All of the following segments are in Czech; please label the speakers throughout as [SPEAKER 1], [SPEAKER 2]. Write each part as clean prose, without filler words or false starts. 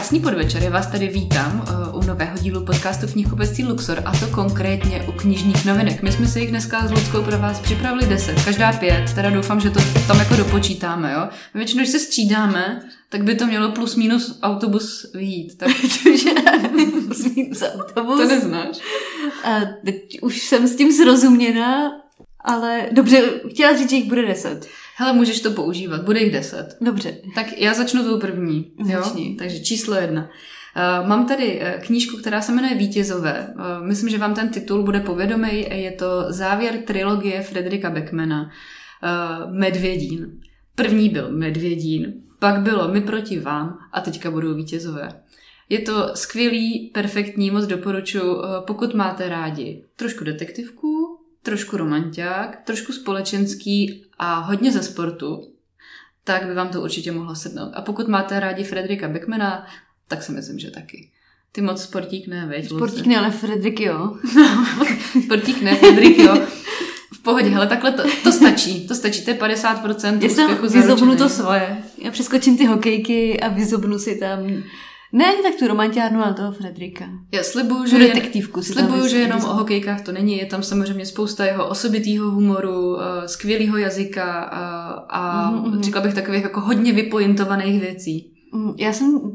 [SPEAKER 1] Krásný podvečer, já vás tady vítám u nového dílu podcastu Knihkupectví Luxor, a to konkrétně u knižních novinek. My jsme si jich dneska s Luckou pro vás připravili 10, každá 5, teda doufám, že to tam jako dopočítáme, jo. Většinou, když se střídáme, tak by to mělo plus minus autobus vyjít. Tak...
[SPEAKER 2] plus minus autobus?
[SPEAKER 1] To neznáš.
[SPEAKER 2] Teď už jsem s tím zrozuměna, ale dobře, chtěla říct, že jich bude 10.
[SPEAKER 1] Hele, můžeš to používat, bude jich 10.
[SPEAKER 2] Dobře.
[SPEAKER 1] Tak já začnu tou první.
[SPEAKER 2] Začni.
[SPEAKER 1] Takže číslo 1. Mám tady knížku, která se jmenuje Vítězové. Myslím, že vám ten titul bude povědomý. Je to závěr trilogie Fredrika Backmana Medvědín. První byl Medvědín, pak bylo My proti vám a teďka budou Vítězové. Je to skvělý, perfektní, moc doporučuji, pokud máte rádi trošku detektivku, trošku romanťák, trošku společenský a hodně ze sportu, tak by vám to určitě mohlo sednout. A pokud máte rádi Fredrika Backmana, tak si myslím, že taky. Ty moc sportík ne, veď?
[SPEAKER 2] Sportík ne, ale Fredrik jo.
[SPEAKER 1] Sportík ne, Fredrik jo. V pohodě, hele, takhle to stačí. To stačí, to je 50% úspěchu zaručený.
[SPEAKER 2] Vyzobnu to svoje. Já přeskočím ty hokejky a vyzobnu si tam... Ne, tak tu romantiárnu, ale toho Fredrika.
[SPEAKER 1] Já slibuju, že jenom o hokejkách to není. Je tam samozřejmě spousta jeho osobitýho humoru, skvělého jazyka a řekla bych takových jako hodně vypointovaných věcí.
[SPEAKER 2] Já jsem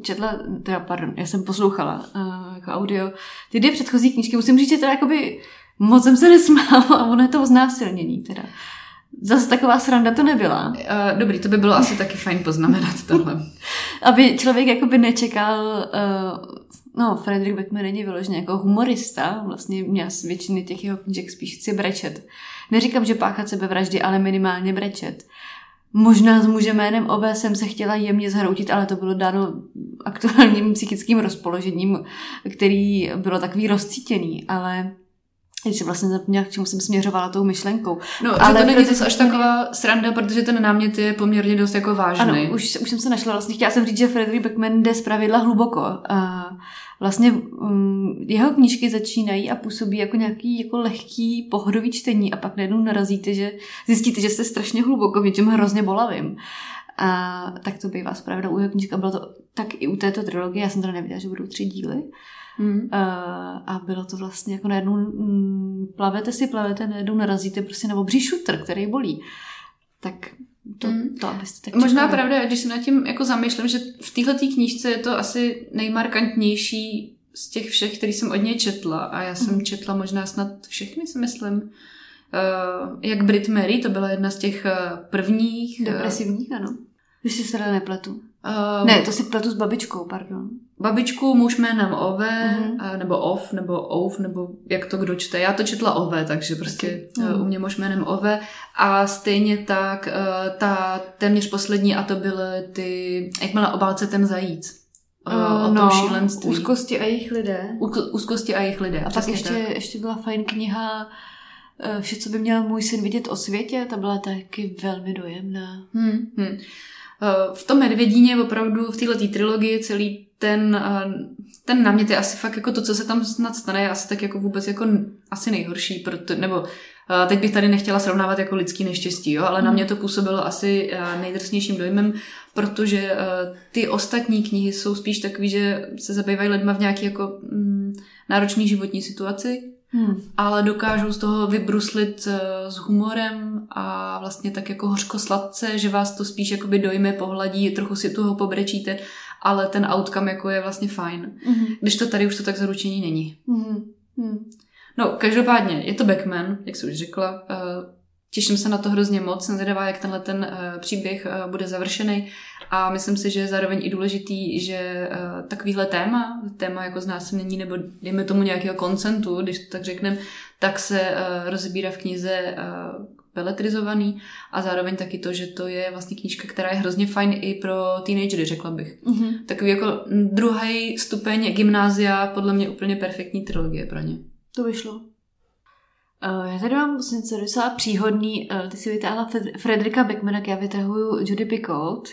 [SPEAKER 2] poslouchala jako audio ty 2 předchozí knížky. Musím říct, že teda jakoby moc jsem se nesmála a ono je to znásilnění teda. Zase taková sranda to nebyla.
[SPEAKER 1] Dobrý, to by bylo asi taky fajn poznamenat tohle.
[SPEAKER 2] Aby člověk jakoby nečekal... Fredrik Backman není vyloženě jako humorista. Vlastně měl z většiny těch jeho knížek spíš chci brečet. Neříkám, že páchat sebevraždy, ale minimálně brečet. Možná s mužem jménem Ove jsem se chtěla jemně zhroutit, ale to bylo dáno aktuálním psychickým rozpoložením, který bylo takový rozcítěný, ale... Když jsem vlastně zapomněla, k čemu jsem směřovala tou myšlenkou.
[SPEAKER 1] No, ale to není zase až taková sranda, protože ten námět je poměrně dost jako vážný.
[SPEAKER 2] Ano, už jsem se našla. Vlastně chtěla jsem říct, že Fredrik Backman jde zpravidla hluboko. A vlastně jeho knížky začínají a působí jako nějaký jako lehký, pohodový čtení a pak najednou zjistíte, že jste strašně hluboko v něčem hrozně bolavým. A tak to bývá zpravidla u jeho knížek a bylo to tak i u této trilogie. Já jsem teda nevěděla, že budou 3 díly. A bylo to vlastně jako najednou plavete, najednou narazíte prostě na obří šutr, který bolí. Tak to abyste tak
[SPEAKER 1] možná pravda, když se nad tím jako zamýšlím, že v téhletý knížce je to asi nejmarkantnější z těch všech, který jsem od něj četla. A já jsem četla možná snad všechny, si myslím. Jak Brit Mary, to byla jedna z těch prvních.
[SPEAKER 2] Depresivních, ano. Když si se nepletu. Ne, to si pletu s babičkou, pardon.
[SPEAKER 1] Babičku, muž jménem Ove, nebo Ov, nebo Ouf, nebo jak to kdo čte. Já to četla Ove, takže prostě u mě muž jménem Ove. A stejně tak ta téměř poslední, a to byly ty, jak měla obálce ten zajíc. O tom šílenství.
[SPEAKER 2] Úzkosti a jejich lidé.
[SPEAKER 1] Úzkosti a jejich lidé.
[SPEAKER 2] A pak ještě byla fajn kniha Vše, co by měl můj syn vidět o světě. Ta byla taky velmi dojemná.
[SPEAKER 1] V tom Medvědíně opravdu v této trilogii celý ten námět je asi fakt jako to, co se tam snad stane, je asi tak jako vůbec jako asi nejhorší, nebo teď bych tady nechtěla srovnávat jako lidský neštěstí, jo, ale na mě to působilo asi nejdrsnějším dojmem, protože ty ostatní knihy jsou spíš takový, že se zabývají lidma v nějaký jako náročný životní situaci, ale dokážou z toho vybruslit s humorem a vlastně tak jako hořko-sladce, že vás to spíš jakoby dojme, pohladí, trochu si toho pobrečíte, ale ten outcome jako je vlastně fajn. Když to tady už to tak zaručení není. No, každopádně, je to Backman, jak jsem už řekla. Těším se na to hrozně moc, jsem zvědavá, jak tenhle ten příběh bude završený a myslím si, že je zároveň i důležitý, že takovýhle téma jako znásilnění nebo dejme tomu nějakého koncentu, když to tak řekneme, tak se rozebírá v knize beletrizovaný a zároveň taky to, že to je vlastně knížka, která je hrozně fajn i pro teenagery, řekla bych. Takový jako druhý stupeň gymnázia, podle mě úplně perfektní trilogie pro ně.
[SPEAKER 2] To vyšlo. Já tady mám něco docela příhodný. Ty si vytáhla Fredrika Backmana, já vytahuju Judy Picoult.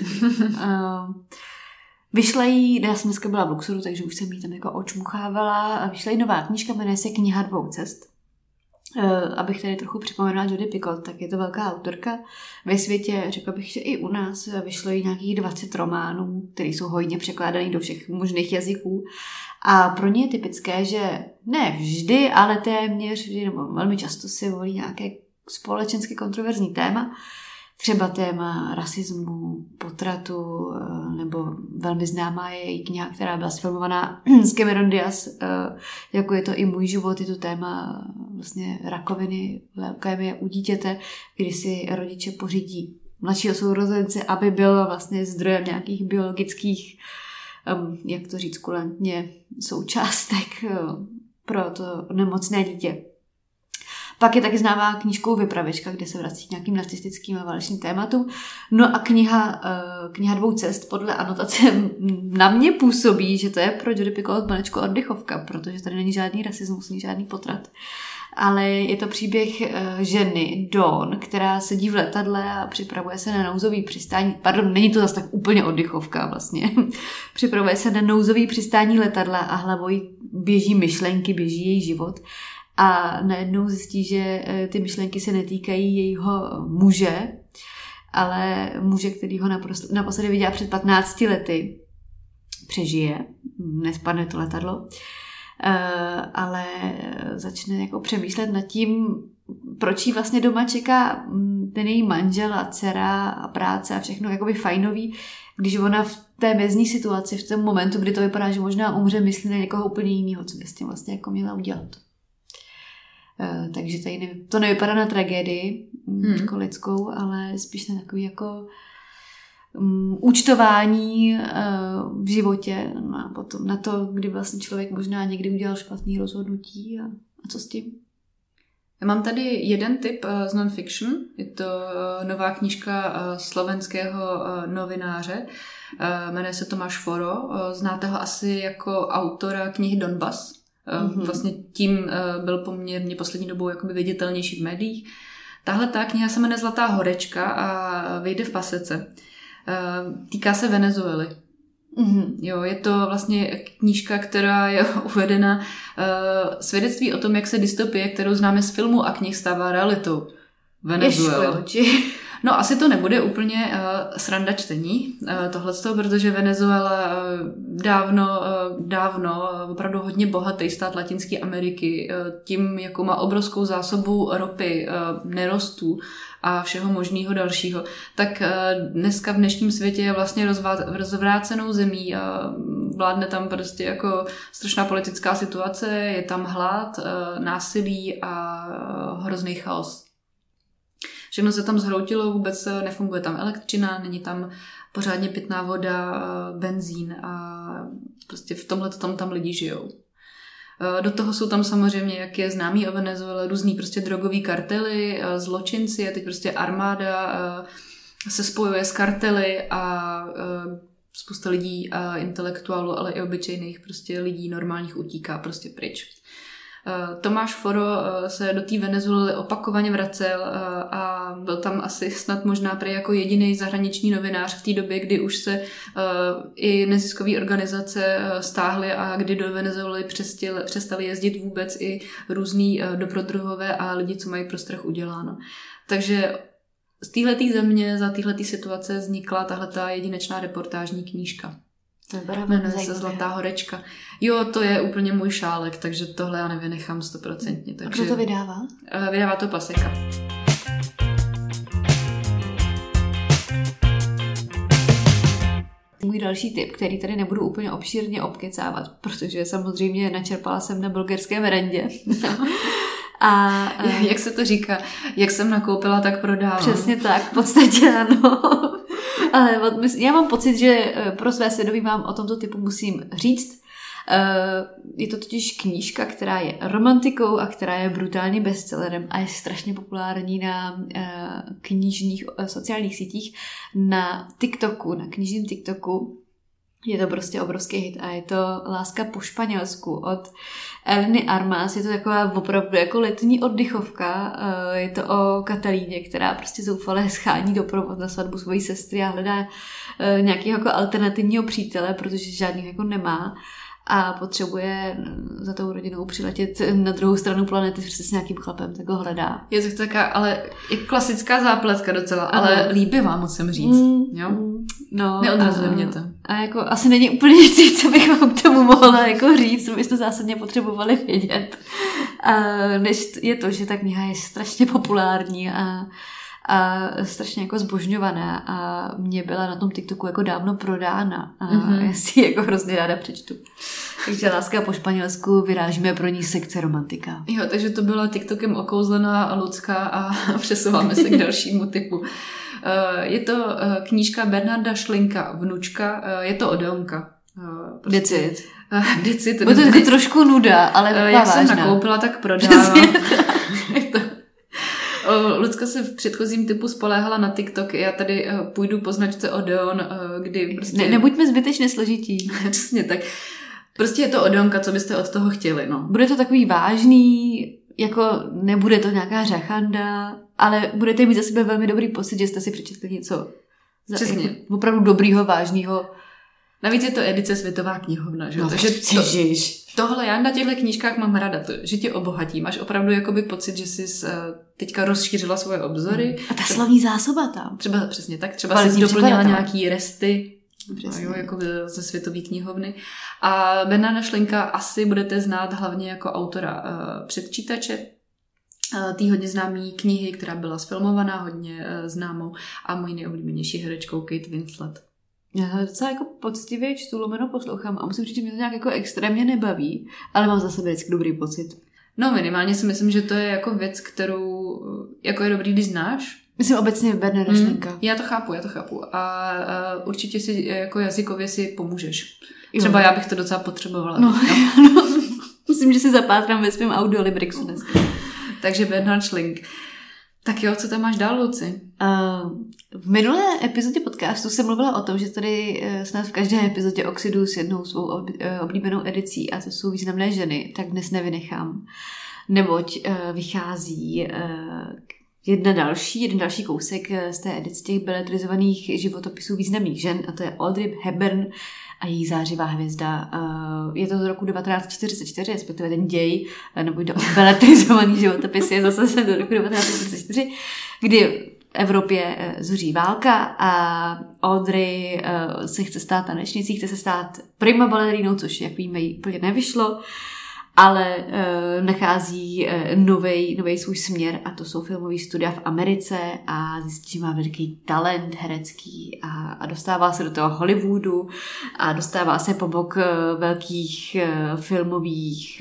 [SPEAKER 2] Vyšla jí, já jsem dneska byla v Luxoru, takže už jsem jí tam jako očmuchávala. Vyšla jí nová knížka, jmenuje se Kniha 2 cest. abych tady trochu připomněla Jodi Picoult, tak je to velká autorka. Ve světě, řekla bych, že i u nás vyšlo jí nějakých 20 románů, které jsou hojně překládané do všech možných jazyků. A pro ně je typické, že ne vždy, ale téměř vždy, nebo velmi často si volí nějaké společensky kontroverzní téma. Třeba téma rasismu, potratu, nebo velmi známá je její kniha, která byla sfilmovaná s Cameron Diaz, jako je to I můj život, je to téma vlastně rakoviny, leukémie u dítěte, kdy si rodiče pořídí mladšího sourozence, aby byl vlastně zdrojem nějakých biologických, jak to říct kulantně, součástek pro to nemocné dítě. Pak je taky známá knížkou Vypravěčka, kde se vrací k nějakým nacistickým a válečným tématům. No a kniha 2 cest podle anotace na mě působí, že to je pro Jodi Picoult manečko oddechovka, protože tady není žádný rasismus, není žádný potrat. Ale je to příběh ženy Dawn, která sedí v letadle a připravuje se na nouzový přistání. Pardon, není to zase tak úplně oddechovka vlastně. Připravuje se na nouzový přistání letadla a hlavou jí běží myšlenky, běží její život. A najednou zjistí, že ty myšlenky se netýkají jejího muže, ale muže, který ho naposledy viděla před 15 lety. Přežije, nespadne to letadlo, ale začne jako přemýšlet nad tím, proč jí vlastně doma čeká ten její manžel a dcera a práce a všechno jakoby fajnový, když ona v té mezní situaci, v tom momentu, kdy to vypadá, že možná umře, myslí na někoho úplně jiného, co by s tím vlastně jako měla udělat. Takže tady to nevypadá na tragédii jako lidskou, ale spíš na takový jako účtování v životě a potom na to, kdy vlastně člověk možná někdy udělal špatný rozhodnutí a co s tím.
[SPEAKER 1] Já mám tady jeden tip z non-fiction. Je to nová knížka slovenského novináře. Jmenuje se Tomáš Foro. Znáte ho asi jako autora knihy Donbas. Vlastně tím byl poměrně poslední dobou jakoby viditelnější v médiích. Tahle ta kniha se jmenuje Zlatá horečka a vyjde v pasece. Týká se Venezuely. Jo, je to vlastně knížka, která je uvedena svědectví o tom, jak se dystopie, kterou známe z filmu a knih, stává realitou. Venezuela. No asi to nebude úplně sranda čtení tohleto, protože Venezuela dávno opravdu hodně bohatý stát Latinské Ameriky, tím, jakou má obrovskou zásobu ropy, nerostů a všeho možného dalšího, tak dneska v dnešním světě je vlastně rozvrácenou zemí a vládne tam prostě jako strašná politická situace, je tam hlad, násilí a hrozný chaos. Všechno se tam zhroutilo, vůbec nefunguje tam elektřina, není tam pořádně pitná voda, benzín a prostě v tomhle tam lidi žijou. Do toho jsou tam samozřejmě, jak je známý o Venezuele, různý prostě drogový kartely, zločinci, a teď prostě armáda se spojuje s kartely a spousta lidí a intelektuálů, ale i obyčejných prostě lidí normálních utíká prostě pryč. Tomáš Foro se do té Venezuely opakovaně vracel a byl tam asi snad možná prý jako jediný zahraniční novinář v té době, kdy už se i neziskové organizace stáhly a kdy do Venezuely přestali jezdit vůbec i různý dobrodruhové a lidi, co mají pro strach uděláno. Takže z téhletý země, za téhletý situace vznikla tahleta jedinečná reportážní knížka. Jmenuje se Zlatá horečka. Jo, to je úplně můj šálek, takže tohle já nevynechám 100%. Takže...
[SPEAKER 2] A kdo to vydává?
[SPEAKER 1] Vydává to Paseka.
[SPEAKER 2] Můj další tip, který tady nebudu úplně obšírně obkecávat, protože samozřejmě načerpala jsem na bulgarské merendě.
[SPEAKER 1] A jak se to říká? Jak jsem nakoupila, tak prodávám.
[SPEAKER 2] Přesně tak, v podstatě ano. Ale já mám pocit, že pro své svědomí vám o tomto typu musím říct. Je to totiž knížka, která je romantikou a která je brutálním bestsellerem a je strašně populární na knižních sociálních sítích, na TikToku, na knižním TikToku. Je to prostě obrovský hit a je to Láska po španělsku od Eleny Armas. Je to taková opravdu jako letní oddychovka. Je to o Katalíně, která prostě zoufale schání doprovod na svatbu svojí sestry a hledá nějakého jako alternativního přítele, protože žádný jako nemá. a potřebuje za tou rodinou přiletět na druhou stranu planety s nějakým chlapem, tak ho hledá.
[SPEAKER 1] Je to taková, ale je klasická zápletka docela, ale líbivá, musím říct. Jo?
[SPEAKER 2] No,
[SPEAKER 1] neodrazuje mě to.
[SPEAKER 2] A jako asi není úplně nic, co bych vám k tomu mohla jako říct, co byste zásadně potřebovali vědět. Než je to, že ta kniha je strašně populární a strašně jako zbožňovaná a mě byla na tom TikToku jako dávno prodána a já si ji jako hrozně ráda přečtu. Takže Láska po španělsku, vyrážíme pro ní sekce romantika.
[SPEAKER 1] Jo, takže to byla TikTokem okouzlená Lucka a přesouváme se k dalšímu typu. Je to knížka Bernarda Schlinka, Vnučka, je to Odeonka.
[SPEAKER 2] Decid.
[SPEAKER 1] Decid.
[SPEAKER 2] Bude to taky trošku nuda, ale
[SPEAKER 1] jak jsem nakoupila, tak prodávám. Lucka se v předchozím typu spoléhala na TikTok. Já tady půjdu po značce Odeon, kdy prostě...
[SPEAKER 2] Nebuďme zbytečně složití.
[SPEAKER 1] Přesně tak. Prostě je to Odeonka, co byste od toho chtěli, no.
[SPEAKER 2] Bude to takový vážný, jako nebude to nějaká řachanda, ale budete mít za sebe velmi dobrý pocit, že jste si přečetli něco
[SPEAKER 1] přesně.
[SPEAKER 2] Jako opravdu dobrýho, vážného.
[SPEAKER 1] Navíc je to edice Světová knihovna, že?
[SPEAKER 2] No,
[SPEAKER 1] takže tohle já na těchto knížkách mám ráda, že tě obohatí. Máš opravdu jakoby pocit, že jsi teďka rozšířila svoje obzory.
[SPEAKER 2] A ta slovní zásoba tam.
[SPEAKER 1] Třeba přesně tak, třeba jsi doplnila nějaký resty, jo, jako ze Světové knihovny. A Bernarda Schlinka asi budete znát hlavně jako autora Předčítače, tý hodně známý knihy, která byla sfilmovaná, hodně známou a mojí nejoblíbenější herečkou Kate Winslet.
[SPEAKER 2] Já docela jako poctivě čtu, lomeno poslouchám a musím říct, že mě to nějak jako extrémně nebaví, ale mám za sebe vždycky dobrý pocit.
[SPEAKER 1] No minimálně si myslím, že to je jako věc, kterou jako je dobrý, když znáš.
[SPEAKER 2] Myslím obecně Bernarda Schlinka.
[SPEAKER 1] Já to chápu. A určitě si jako jazykově si pomůžeš. Třeba já bych to docela potřebovala.
[SPEAKER 2] No. Myslím, že si zapátrám ve svém audiolibrixu dneska.
[SPEAKER 1] Takže Bernhard Schlink. Tak jo, co tam máš dál, Luci?
[SPEAKER 2] V minulé epizodě podcastu jsem mluvila o tom, že tady snad v každé epizodě Oxidu s jednou svou oblíbenou edicí a to jsou významné ženy, tak dnes nevynechám. Neboť vychází jeden další kousek z té edice těch beletrizovaných životopisů významných žen a to je Audrey Hepburn a její zářivá hvězda. Je to z roku 1944, respektive ten děj, nebo jde o beletrizovaný životopis, je zase do roku 1944, kdy v Evropě zuří válka a Audrey se chce stát tanečnicí, chce se stát prima balerinou, což, jak víme, jí úplně nevyšlo, ale nachází novej svůj směr a to jsou filmové studia v Americe a zjistí, že má veliký talent herecký a dostává se do toho Hollywoodu a dostává se po bok velkých filmových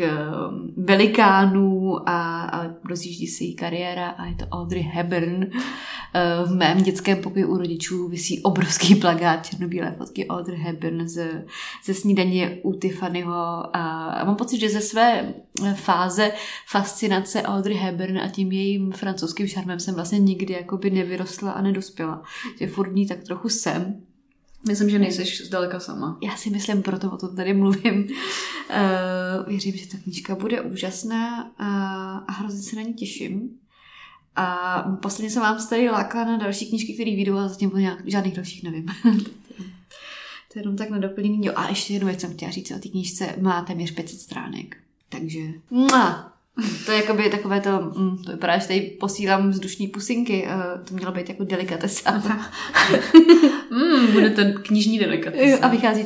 [SPEAKER 2] velikánů a rozjíždí si její kariéra a je to Audrey Hepburn. V mém dětském pokoji u rodičů visí obrovský plakát černobílé fotky Audrey Hepburn ze snídaně u Tiffanyho a mám pocit, že ze své fáze fascinace Audrey Hepburn a tím jejím francouzským šarmem jsem vlastně nikdy jakoby nevyrostla a nedospěla. Že furt ní tak trochu jsem.
[SPEAKER 1] Myslím, že nejseš zdaleka sama.
[SPEAKER 2] Já si myslím, proto o tom tady mluvím. Věřím, že ta knížka bude úžasná a hrozně se na ní těším. A posledně jsem vám tady lákala na další knížky, které vyjdou, a zatím žádných dalších nevím. To je jenom tak na doplnění. Jo, a ještě jednu věc jsem chtěla říct o té knížce. Má téměř 500 stránek. Takže to je jakoby takové to vypadá, že tady posílám vzdušní pusinky. To mělo být jako delikatesa.
[SPEAKER 1] Bude to knižní delikatesa.
[SPEAKER 2] A vychází to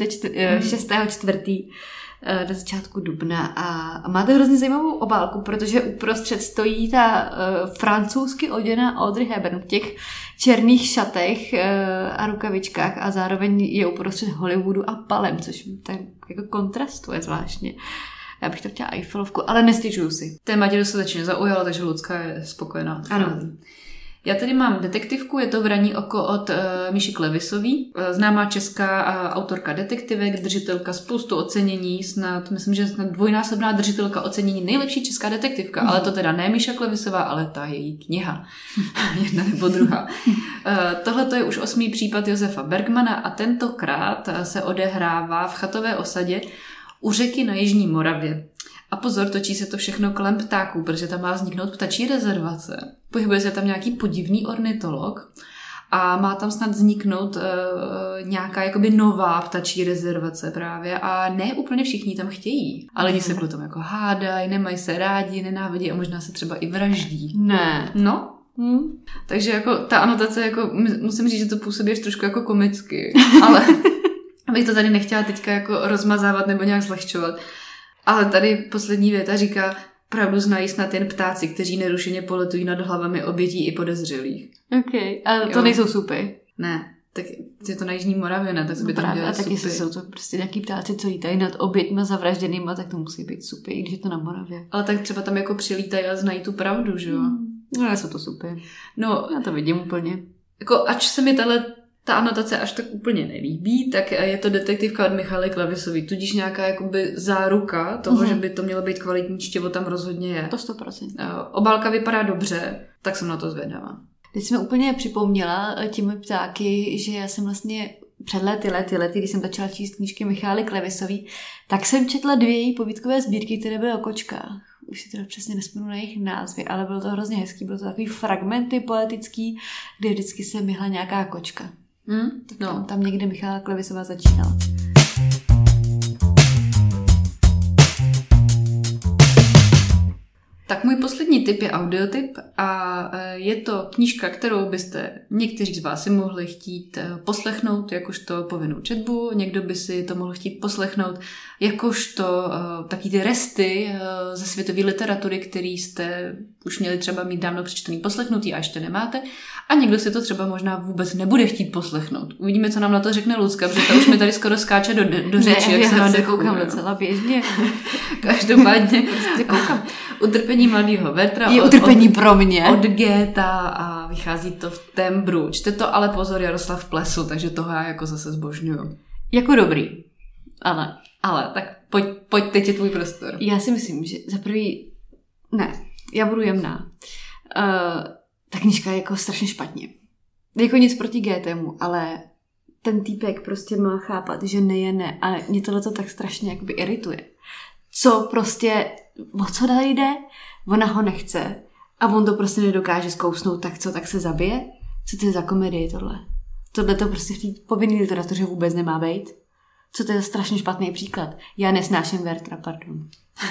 [SPEAKER 2] 6.4. Na začátku dubna a má to hrozně zajímavou obálku, protože uprostřed stojí ta francouzsky oděná Audrey Hepburn v těch černých šatech a rukavičkách a zároveň je uprostřed Hollywoodu a palem, což tak jako kontrastuje zvláštně. Já bych to chtěla Eiffelovku, ale nestěžuju si.
[SPEAKER 1] Téma tě dostatečně zaujalo, takže Lucka je spokojená.
[SPEAKER 2] Ano.
[SPEAKER 1] Já tady mám detektivku, je to Vraní oko od Míši Klevisový, známá česká autorka detektivek, držitelka spoustu ocenění, myslím, že snad dvojnásobná držitelka ocenění nejlepší česká detektivka, ale to teda ne Míša Klevisová, ale ta její kniha, jedna nebo druhá. Tohle to je už 8. případ Josefa Bergmana a tentokrát se odehrává v chatové osadě u řeky na Jižní Moravě. A pozor, točí se to všechno kolem ptáků, protože tam má vzniknout ptačí rezervace. Pohybuje se tam nějaký podivný ornitolog a má tam snad vzniknout nějaká jakoby nová ptačí rezervace právě a ne úplně všichni tam chtějí. A lidi se kvůli tomu jako hádají, nemají se rádi, nenávidí a možná se třeba i vraždí.
[SPEAKER 2] Ne.
[SPEAKER 1] No. Takže jako ta anotace, jako musím říct, že to působí až trošku jako komicky, ale abych to tady nechtěla teďka jako rozmazávat nebo nějak zlehčovat. Ale tady poslední věta říká, pravdu znají snad jen ptáci, kteří nerušeně poletují nad hlavami obětí i podezřelých.
[SPEAKER 2] OK, ale to nejsou supy.
[SPEAKER 1] Ne, tak je to na Jižní Moravě, ne? Tak by tam dělali supy.
[SPEAKER 2] A taky jsou to prostě nějaký ptáci, co lítají nad oběťma zavražděnýma, tak to musí být supy, i když je to na Moravě.
[SPEAKER 1] Ale tak třeba tam jako přilítají a znají tu pravdu, že jo?
[SPEAKER 2] No, ale jsou to supy.
[SPEAKER 1] No,
[SPEAKER 2] já to vidím úplně.
[SPEAKER 1] Jako, ač se mi ta anotace až tak úplně nelíbí, tak je to detektivka od Michaly Klavisový, tudíž nějaká jakoby záruka toho, že by to mělo být kvalitní čtivo, tam rozhodně je.
[SPEAKER 2] To 100%.
[SPEAKER 1] Obálka vypadá dobře, tak jsem na to zvědavá.
[SPEAKER 2] Teď jsme úplně připomněla těmi ptáky, že já jsem vlastně před lety, když jsem začala číst knížky Michaly Klavisový, tak jsem četla 2 její povídkové sbírky, které byly o kočkách. Už si teda přesně nespomenu na jejich názvy, ale bylo to hrozně hezký, bylo to takový fragmenty poetický, kde vždycky se myhla nějaká kočka. Tam někde Michala Klavisová začínala.
[SPEAKER 1] Tak můj poslední tip je audiotip a je to knížka, kterou byste někteří z vás si mohli chtít poslechnout jakožto povinnou četbu, někdo by si to mohl chtít poslechnout jakožto taky ty resty ze světové literatury, který jste už měli třeba mít dávno přečtený poslechnutý a ještě nemáte a někdo si to třeba možná vůbec nebude chtít poslechnout. Uvidíme, co nám na to řekne Lucka, protože ta už mi tady skoro skáče do řeči, jak se
[SPEAKER 2] já koukám docela běžně.
[SPEAKER 1] Každopádně prostě koukám. Utrpení mladého Vertra.
[SPEAKER 2] Je utrpení pro mě.
[SPEAKER 1] Od Géta a vychází to v tembru. Čte to ale pozor Jaroslav Plesu, takže toho já jako zase zbožňuju.
[SPEAKER 2] Jako dobrý.
[SPEAKER 1] Ale, tak pojď, teď je tvůj prostor.
[SPEAKER 2] Já si myslím, že za prvý... Ne, já budu jemná. Ta knížka je jako strašně špatně. Jako nic proti Gétemu, ale ten týpek prostě má chápat, že ne. A mě tohleto tak strašně jakoby irituje. Co prostě... O co tady jde? Ona ho nechce. A on to prostě nedokáže zkousnout, tak co, tak se zabije? Co to je za komedie tohle? Tohle to prostě v té povinné literatuře vůbec nemá být. Co to je za strašně špatný příklad? Já nesnáším Vertra, pardon.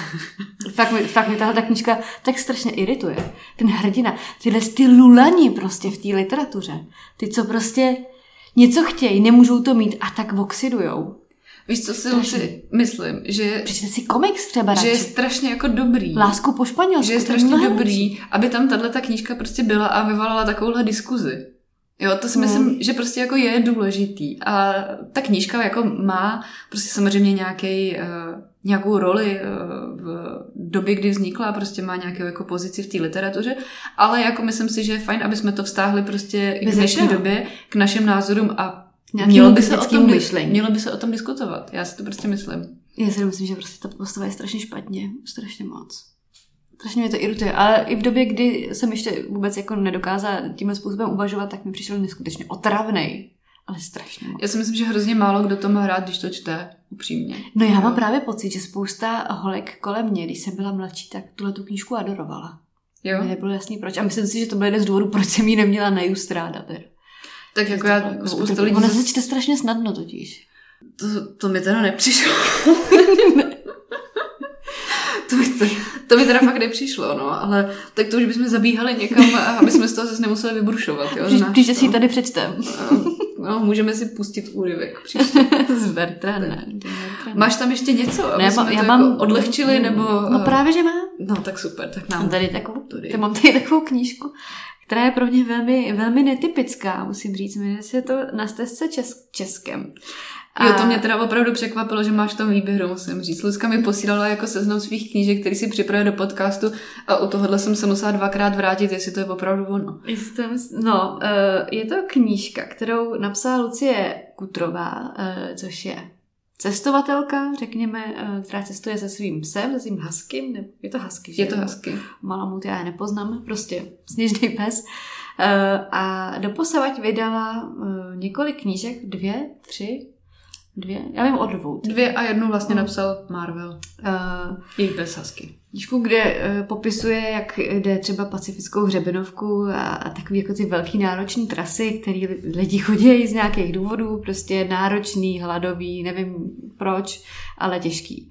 [SPEAKER 2] fakt mi tahle ta knížka tak strašně irituje. Ten hrdina, tyhle ty lulani prostě v té literatuře. Ty, co prostě něco chtějí, nemůžou to mít a tak oxidujou.
[SPEAKER 1] Víš, co si myslím, že...
[SPEAKER 2] Přečte si komiks třeba radši.
[SPEAKER 1] Že je strašně jako dobrý.
[SPEAKER 2] Lásku po španělsku.
[SPEAKER 1] Že je strašně dobrý, aby tam tato knížka prostě byla a vyvolala takovouhle diskuzi. Jo, to si myslím, že prostě jako je důležitý. A ta knížka jako má prostě samozřejmě nějakou roli v době, kdy vznikla, prostě má nějakou jako pozici v té literatuře, ale jako myslím si, že je fajn, aby jsme to vztáhli prostě i v dnešní době k našim názorům a mělo by se o tom diskutovat. Já si to prostě myslím.
[SPEAKER 2] Já si myslím, že prostě ta postava je strašně špatně. Strašně moc. Strašně mě to irituje. Ale i v době, kdy jsem ještě vůbec jako nedokázala tímhle způsobem uvažovat, tak mi přišel neskutečně otravnej. Ale strašně moc.
[SPEAKER 1] Já si myslím, že hrozně málo kdo to má rád, když to čte, upřímně.
[SPEAKER 2] No já mám právě pocit, že spousta holek kolem mě, když jsem byla mladší, tak tuhletu knížku adorovala.
[SPEAKER 1] Jo?
[SPEAKER 2] Mně nebylo jasný proč. A myslím si, že to byl jeden z důvodů, proč jsem ji neměla najust ráda.
[SPEAKER 1] Tak jako já spousta lidí...
[SPEAKER 2] Ona se čte strašně snadno totiž.
[SPEAKER 1] To mi teda nepřišlo. To mi teda fakt nepřišlo, no, ale tak to už bychom zabíhali někam, aby jsme z toho zase nemuseli vybrušovat, jo.
[SPEAKER 2] Příště si ji tady přečtem.
[SPEAKER 1] No, můžeme si pustit úryvek příště.
[SPEAKER 2] Z Vertra, ne.
[SPEAKER 1] Máš tam ještě něco, aby jsme to jako odlehčili, nebo...
[SPEAKER 2] No právě, že mám.
[SPEAKER 1] No, tak super, tak nám...
[SPEAKER 2] Mám tady takovou knížku, která je pro mě velmi, velmi netypická, musím říct. Jmenuje se to Na stezce českem.
[SPEAKER 1] Jo, to mě teda opravdu překvapilo, že máš v tom výběru, musím říct. Lucka mi posílala jako seznam svých knížek, který si připravuje do podcastu a u tohohle jsem se musela 2krát vrátit, jestli to je opravdu ono.
[SPEAKER 2] No, je to knížka, kterou napsala Lucie Kutrová, což je cestovatelka, řekněme, která cestuje se svým psem, se svým huskym, nebo je to husky, že?
[SPEAKER 1] Je to husky.
[SPEAKER 2] Malamut já je nepoznám, prostě sněžný pes. A doposavad vydala několik knížek, 2, 3, 2? Já vím o 2.
[SPEAKER 1] 2 a 1 vlastně napsal Marvel. Její pesasky.
[SPEAKER 2] Knížku, kde popisuje, jak jde třeba pacifickou hřebenovku a takový jako ty velký náročný trasy, který lidi chodí z nějakých důvodů, prostě náročný, hladový, nevím proč, ale těžký.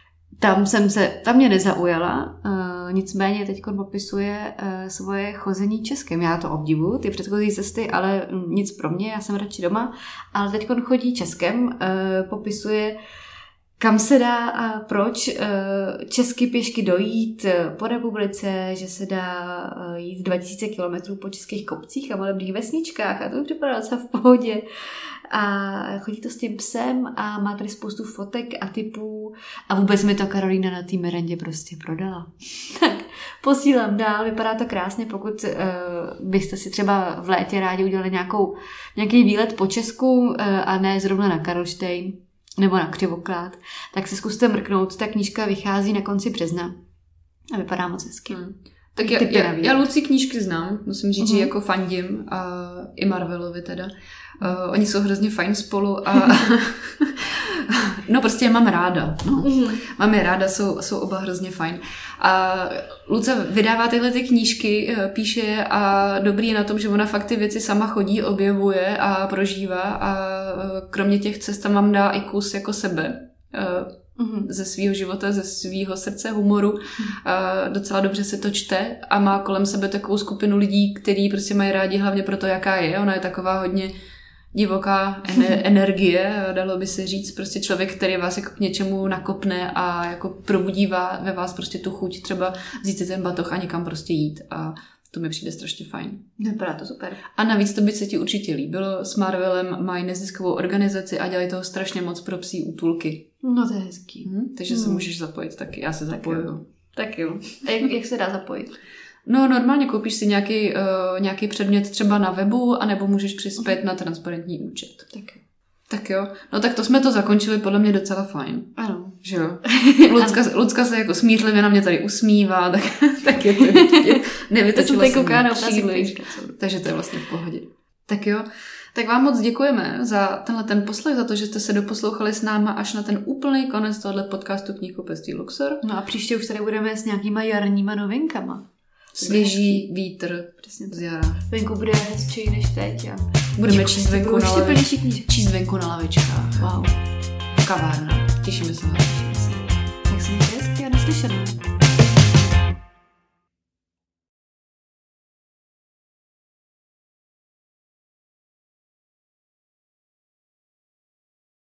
[SPEAKER 2] Tam mě nezaujala, nicméně teď popisuje svoje chození Českem. Já to obdivuju, ty předchozí cesty, ale nic pro mě, já jsem radši doma. Ale teď chodí Českem, popisuje, kam se dá a proč česky pěšky dojít po republice, že se dá jít 2000 kilometrů po českých kopcích a malebných vesničkách a to mi připadá docela v pohodě. A chodí to s tím psem a má tady spoustu fotek a tipů a vůbec mi to Karolína na té merendě prostě prodala. Tak posílám dál, vypadá to krásně, pokud byste si třeba v létě rádi udělali nějaký výlet po Česku a ne zrovna na Karlštejn nebo na Křivoklát, tak si zkuste mrknout, ta knížka vychází na konci března a vypadá moc hezky.
[SPEAKER 1] Tak já Luci knížky znám, musím říct, že jako fandím a i Marvelovi teda. Oni jsou hrozně fajn spolu a no prostě je mám ráda. No. Mám je ráda, jsou oba hrozně fajn. A Luca vydává tyhle ty knížky, píše je a dobrý je na tom, že ona fakt ty věci sama chodí, objevuje a prožívá a kromě těch cest tam vám dá i kus jako sebe. Ze svého života, ze svého srdce, humoru. Docela dobře se to čte a má kolem sebe takovou skupinu lidí, který prostě mají rádi hlavně proto, jaká je. Ona je taková hodně divoká energie, dalo by se říct, prostě člověk, který vás jako k něčemu nakopne a jako probudí ve vás prostě tu chuť třeba vzít si ten batoh a někam prostě jít a to mi přijde strašně fajn.
[SPEAKER 2] Vypadá to super.
[SPEAKER 1] A navíc to by se ti určitě líbilo. S Marvelem mají neziskovou organizaci a dělají toho strašně moc pro psí útulky.
[SPEAKER 2] No to je hezký.
[SPEAKER 1] Takže se můžeš zapojit taky. Já se zapojuju.
[SPEAKER 2] Tak jo. A jak se dá zapojit?
[SPEAKER 1] No normálně koupíš si nějaký předmět třeba na webu, anebo můžeš přispět na transparentní účet. Tak jo. No tak to jsme to zakončili podle mě docela fajn.
[SPEAKER 2] Ano.
[SPEAKER 1] Že jo. Lucka se jako smířlivě na mě tady usmívá, tak je to nevytočila jsem příliš. Takže to je vlastně v pohodě. Tak jo. Tak vám moc děkujeme za ten poslech, za to, že jste se doposlouchali s náma až na ten úplný konec tohoto podcastu Knihkupectví Luxor.
[SPEAKER 2] No a příště už tady budeme s nějakýma jarníma novinkama.
[SPEAKER 1] Svěží vítr z jara.
[SPEAKER 2] Venku bude hezčí než teď. A
[SPEAKER 1] budeme číst venku na lavičkách.
[SPEAKER 2] Wow.
[SPEAKER 1] Kavárna. Těšíme se na to.
[SPEAKER 2] Tak se mějte hezky a naslyšenou.